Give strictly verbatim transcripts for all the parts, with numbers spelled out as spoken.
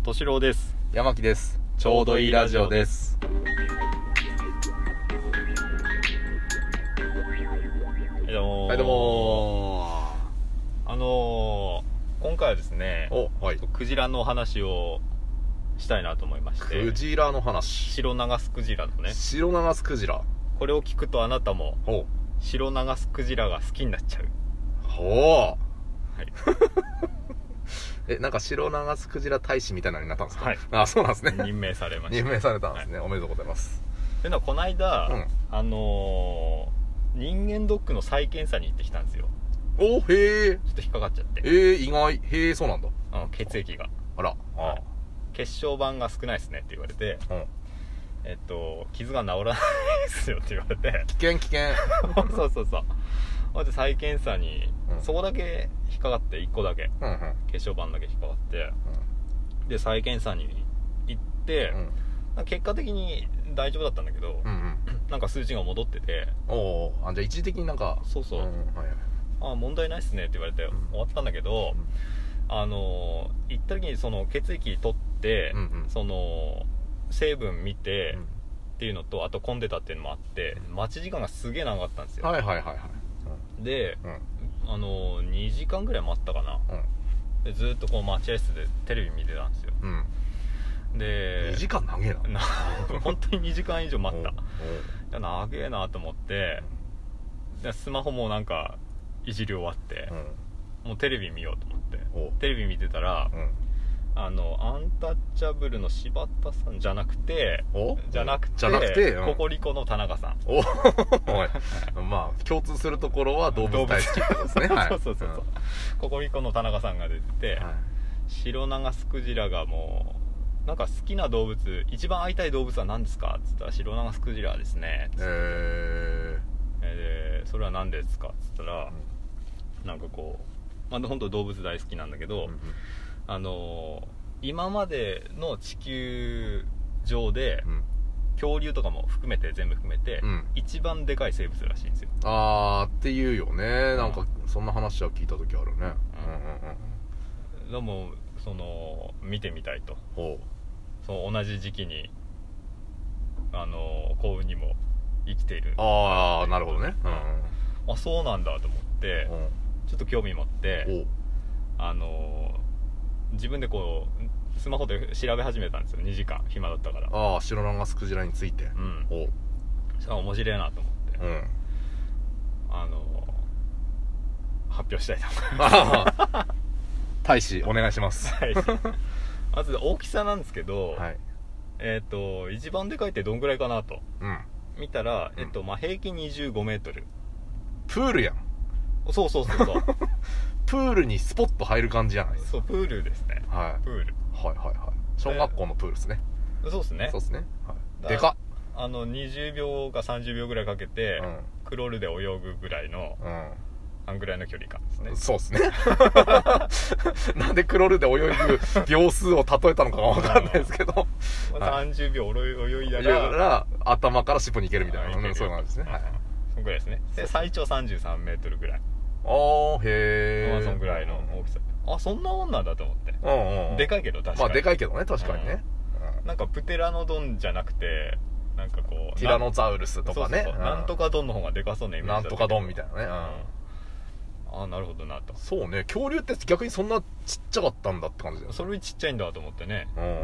敏郎です。 山木です。ちょうどいいラジオです。 はいどうもー。 はいどうもー。あのー、今回はですね、 お、はい、 クジラの話をしたいなと思いまして。 クジラの話。 シロナガスクジラのね。 シロナガスクジラ。 これを聞くとあなたもシロナガスクジラが好きになっちゃう。 ほう。はい。え、なんかシロナガスクジラ大使みたいなのになったんですか？はい。あ、そうなんですね。 任命されました。 任命されたんですね。はい、おめでとうございます。 でのこの間、うん、あのー、人間ドックの再検査に行ってきたんですよ。 お、へえ。 ちょっと引っかかっちゃって。 えー、意外。へえ、そうなんだ。 うん、血液が。 あら。ああ。 血小板が少ないですねって言われて、うん、えっと傷が治らないですよって言われて、 危険危険。 そうそうそう。で再検査に、うん、そこだけ引っかかって、いっこだけ、うんうん、血小板だけ引っかかって、うん、で再検査に行って、うん、結果的に大丈夫だったんだけど、うんうん、なんか数値が戻ってて、 おー、あ、じゃあ一時的になんか、 そうそう、うん、はいはい、あ、問題ないっすねって言われて終わったんだけど、うん、あの行った時にその血液取って、うんうん、その成分見て、うん、っていうのと、あと混んでたっていうのもあって、待ち時間がすげえ長かったんですよ。 はいはいはいはい。 で、うん、あのにじかんぐらい待ったかな、うん、でずっとこう待合室でテレビ見てたんですよ、うん、でにじかん長えな本当ににじかん以上待った。いや長えなと思って、でスマホもなんかいじり終わって、うん、もうテレビ見ようと思ってテレビ見てたら、うん、あのアンタッチャブルの柴田さんじゃなくてじゃなくてじゃなくて、うん、ココリコの田中さん。おまあ共通するところは動物大好きってことですね。はい、 そうそうそうそう、うん、ココリコの田中さんが出てて、はい、シロナガスクジラがもうなんか好きな動物、一番会いたい動物は何ですかっつったら、シロナガスクジラですねっつって、えー、でそれは何ですかっつったら、うん、なんかこう、まあ、本当動物大好きなんだけど、うんうん、あのー、今までの地球上で、うん、恐竜とかも含めて全部含めて、うん、一番でかい生物らしいんですよ。 あーっていうよね、なんかそんな話は聞いた時あるね。うんうんうん、でもその見てみたいと、その同じ時期にあの幸運にも生きている。 ああなるほどね、 うん、あそうなんだと思って、うん、ちょっと興味持ってあの自分でこうスマホで調べ始めたんですよ。にじかん暇だったから。 ああシロナガスクジラについて、うん、おそれは面白いなと思って、うん、あの発表したいと思います。 大使お願いします。 まず大きさなんですけど、はい、えっ、ー、と一番でかいってどんぐらいかなと、うん、見たら、えっとまあ、平均にじゅうごメートル。 プールやん。 そうそうそうそうプールにスポッと入る感じじゃないですか。 そうプールですね、はい、プール、 はいはいはい、小学校のプールですね。 そうですね、 そうですね、はい、でかっ。 あのにじゅうびょうかさんじゅうびょうぐらいかけて、うん、クロールで泳ぐぐらいの、うん、あんぐらいの距離感ですね。 そうですねなんでクロールで泳ぐ秒数を例えたのかわかんないですけどさんじゅうびょう泳いだら、 ら頭から尻尾に行けるみたいな、うん、そういう感じですね、はい、 そんぐらいですね。で最長さんじゅうさんメートルぐらい。 あーへー、まあ、そんぐらいの大きさ。あそんなもんなんだと思って、うんうん、でかいけど確かに、 まあでかいけどね確かにね、 うん、なんかプテラノドンじゃなくてなんかこうティラノザウルスとかね、そうそうそう、 うん、なんとかドンの方がでかそうなイメージだったけど、 なんとかドンみたいなね、 うん、あなるほどなと。 そうね、恐竜って逆にそんなちっちゃかったんだって感じだよね。 それよりちっちゃいんだと思ってね、うんうんうん、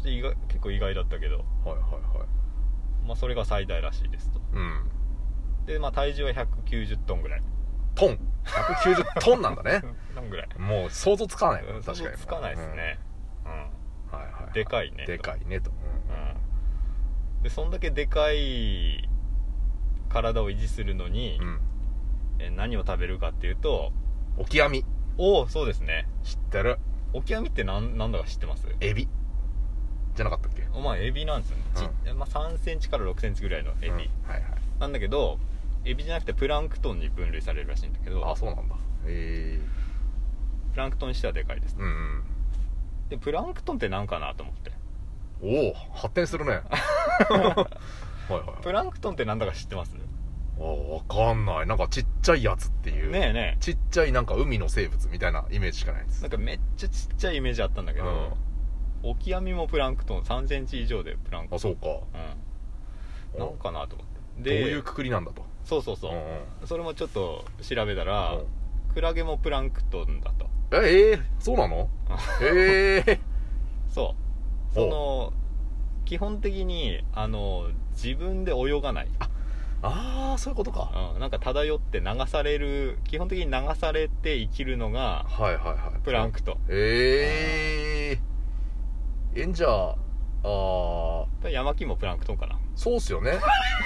意外結構意外だったけど、はいはいはい、まあそれが最大らしいですと、うん、でまあ体重はひゃくきゅうじゅうトンぐらい。 トンひゃくきゅうじゅうトンなんだねなんぐらいもう想像つかないよ、確かに想像つかないですね、うん、うん、はいはいはい、でかいねでかいねと、うんうん、でそんだけでかい体を維持するのに、うん、え何を食べるかっていうとオキアミ。 おおそうですね、 知ってる。 オキアミって何なんだか知ってます？ エビじゃなかったっけ？ まあエビなんですよね、うん、まあ、さんセンチからろくセンチぐらいのエビ、うん、はいはい、なんだけどエビじゃなくてプランクトンに分類されるらしいんだけど。 あ、そうなんだ。へえ。 プランクトンにしてはでかいです、ね、うんうん、でプランクトンって何かなと思って。 おお発展するねはいはい、はい、 プランクトンって何だか知ってます？ あ、わかんない。なんかちっちゃいやつっていう、ねえねえ、ちっちゃいなんか海の生物みたいなイメージしかないです。 なんかめっちゃちっちゃいイメージあったんだけど、うん、 オキアミもプランクトンさんセンチ以上でプランクトン。 あ、そうか。 うん、なんかなと思って。 でどういうくくりなんだと。 そうそうそう、うんうん、それもちょっと調べたら、うん、クラゲもプランクトンだと。 ええー、そうなのええー、 そうその基本的にあの自分で泳がない。 ああー、そういうことか、 うん、なんか漂って流される、基本的に流されて生きるのがはいはいはいプランクトン。 ええー、えんじゃああヤマキもプランクトンかな。 そうっすよね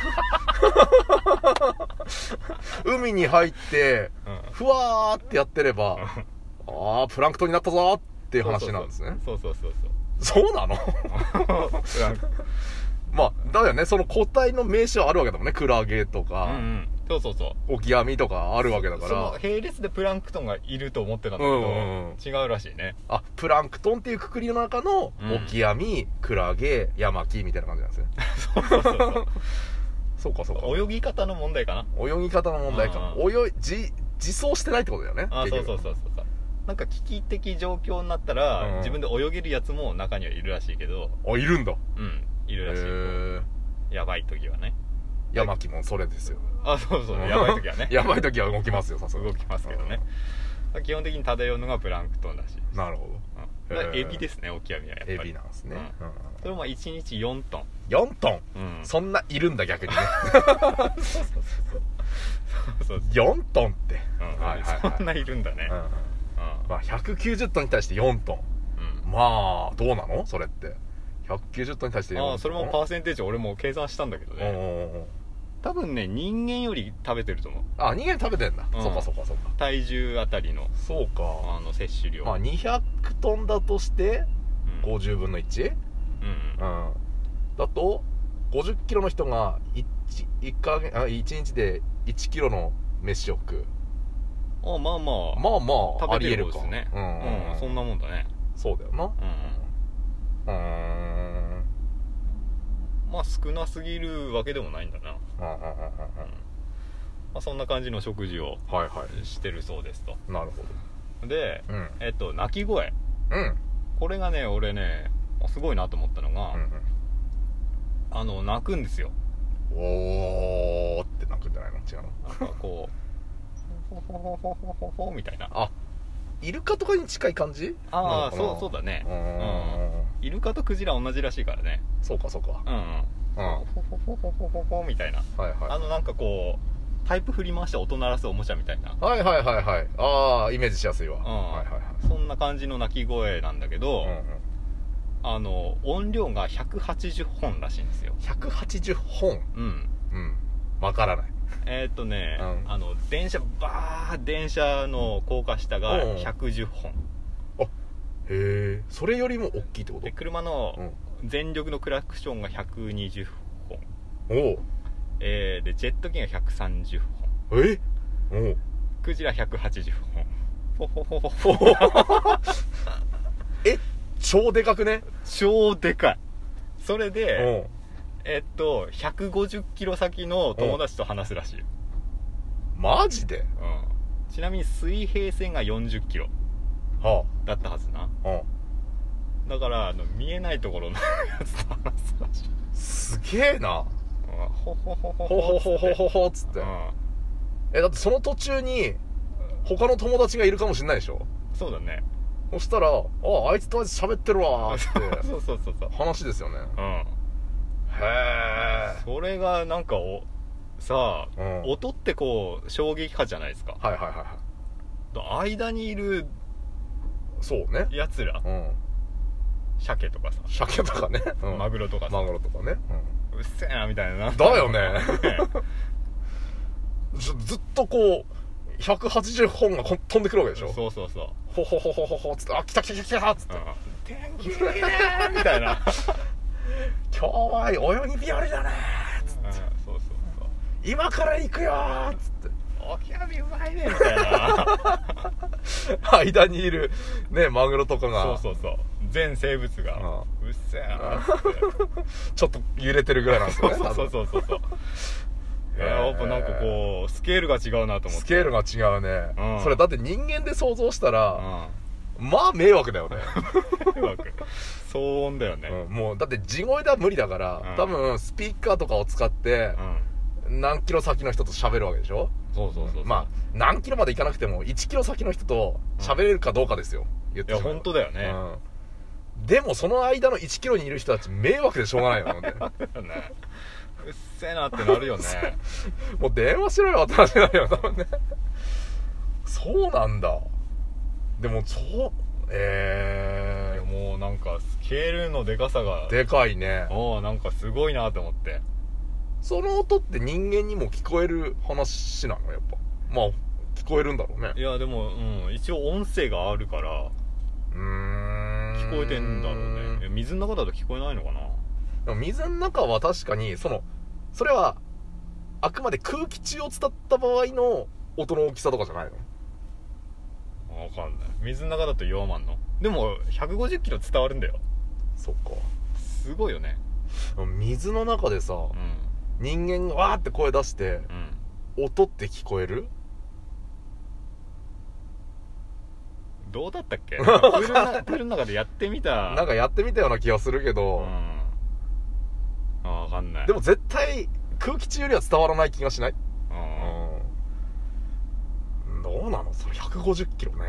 海に入って、うん、ふわーってやってればああプランクトンになったぞっていう話なんですね。 そうそうそうそうそうなのまあだよね、その個体の名詞はあるわけだもんね。クラゲとか、うんうん、 そうそうそうオキアミとかあるわけだから、その並列でプランクトンがいると思ってたんだけど、うんうん、違うらしいね。 あ、プランクトンっていうくくりの中の、うん、オキアミ、クラゲ、ヤマキみたいな感じなんですねそうそうそうそうそうかそうか、 泳ぎ方の問題かな。 泳ぎ方の問題か、うん、泳い自自走してないってことだよね。 あ、そうそうそうそうそう。なんか危機的状況になったら、うん、自分で泳げるやつも中にはいるらしいけど。 あ、いるんだ。 うん、いるらしい。へー、やばい時はね。 ヤマキもそれですよ。 あ、そうそう、やばい時はねやばい時は動きますよ、さすがに動きますけどね、うん、基本的に漂うのがプランクトンらしいです。 なるほど、うん、エビですね、オキアミはやっぱり。 エビなんですね、 うんうん、それもいちにちよんトン。 よんトン、うん、そんないるんだ逆にねそうそうそうそうよんトンって、 うん、はいはいはい、そんないるんだね、うんうん、 まあひゃくきゅうじゅっトンに対してよんトン、うん、まあどうなのそれって。ひゃくきゅうじゅっトンに対してよんトン。 ああ、それもパーセンテージ俺も計算したんだけどね。多分ね、人間より食べてると思う。 あ、人間食べてんだ、うん、そうかそうかそうか。 体重あたりの、 そうか、 あの摂取量、 まあにひゃくトンだとしてごじゅうぶんのいち、うんうんうん、だとごじゅっキロの人が 1, 1か月あいちにちでいちキロの飯を食う。 あ、まあまあまあまあ食べてる方ですね。 うん、 うんうん、そんなもんだね。 そうだよな。うんうん、うん、まあ少なすぎるわけでもないんだな。うんうんうんうん、まあ、そんな感じの食事をしてるそうですと。 はいはい、なるほど。 で、うん、えっと鳴き声、 うん、これがね俺ねすごいなと思ったのが、うんうん、あの鳴くんですよ。 おーって鳴くんじゃないの？違うの？ なんかこうほほほほほほほみたいな。 あ、イルカとかに近い感じ？ ああ、そうそうだね。うん、イルカとクジラ同じらしいからね。 そうかそうか。うんうん。 ほほほほほほほみたいな。はいはい。あのなんかこうパイプ振り回して音鳴らすおもちゃみたいな。 はいはいはいはい。ああ、イメージしやすいわ。うん、はいはいはい。 そんな感じの鳴き声なんだけど、うんうん、あの音量がひゃくはちじゅっほんらしいんですよ。 ひゃくはちじゅっほん。うんうん。わからない。 えーっとね、うん、あの電車バー電車の高架下がひゃくじゅっほん。 あ、へえ、それよりも大きいってこと？ で車の全力のクラクションがひゃくにじゅっほん。 おお。 えー、でジェット機がひゃくさんじゅっほん。 え？おお。 クジラひゃくはちじゅっほん。ほほほほほ。 え、超でかくね？ 超でかい。それでえっとひゃくごじゅっキロ先の友達と話すらしいよ。 マジで？ うん。ちなみに水平線がよんじゅっキロだったはずな。はあ、だからあの見えないところのやつと話すらしい。 すげえな。 ほほほほほほほほほほっつって、うん、えだってその途中に他の友達がいるかもしれないでしょ。 そうだね。 そしたら、ああ、あいつとあいつ喋ってるわーってそうそうそうそう話ですよね。うん。へえ。 それがなんかおさあ、うん、音ってこう衝撃波じゃないですか。 はいはいはいはい。間にいるそうねやつら、うん、鮭とかさ、 鮭とかね、 うん、マグロとかさ、 マグロとかね、 うん、うっせえなみたいな。 だよねずっとこうひゃくはちじゅっほんが飛んでくるわけでしょ。 そうそうそう。 ほほほほほほつって、あ、来た来た来た来たっつって、うん、 天気いいねーみたいな今日は泳ぎ日和だねーつって、うん、そうそうそう、 今から行くよーっつって、 オキアミうまいねみたいな間にいるねマグロとかが、 そうそうそう、全生物が、うん、うっせえなーっつってちょっと揺れてるぐらいなんですよね。 そうそうそうそうそうやっぱなんかこうスケールが違うなと思って。 スケールが違うね、うん、それだって人間で想像したら、 まあ迷惑だよね迷惑騒音だよね、 うん、もうだって地声では無理だから、うん、多分スピーカーとかを使って、うん、何キロ先の人と喋るわけでしょ。 そうそうそうそう、 まあ何キロまで行かなくてもいちキロ先の人と喋れるかどうかですよ、 うん、言ってしまう。いや本当だよね、 うん、でもその間のいちキロにいる人たち迷惑でしょうがないよねうっせえなってなるよねもう電話しろよって話になるよ多分ねそうなんだ。でもそうえー、もうなんかスケールのでかさがでかいね。 おなんかすごいなと思って。 その音って人間にも聞こえる話なのやっぱ。まあ聞こえるんだろうね。 いやでも、うん、一応音声があるからうーん聞こえてんだろうね。水の中だと聞こえないのかな。 でも水の中は確かにそのそれはあくまで空気中を伝った場合の音の大きさとかじゃないの。 分かんない。水の中だと弱まんの。でもひゃくごじゅっキロ伝わるんだよ。 そっかすごいよね。 水の中でさ、うん、人間がわーって声出して、うん、音って聞こえる。 どうだったっけ。プールなプールの中でやってみたなんかやってみたような気がするけど、 うん、あ分かんない。 でも絶対空気中よりは伝わらない気がしない。うん、どうなのそれひゃくごじゅっキロね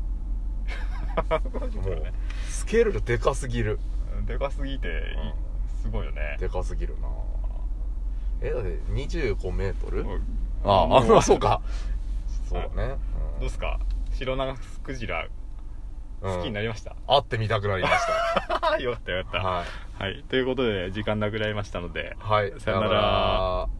もうスケールでかすぎる。 でかすぎて、うん、すごいよね。 でかすぎるな。えだってにじゅうごメートル、うん、ああそうかそうだね、 うん、どうすかシロナガスクジラ好きになりました、 うん、会ってみたくなりましたよかったよかった、 はい、 はい、ということで時間なくなりましたので、 はい、 さよなら。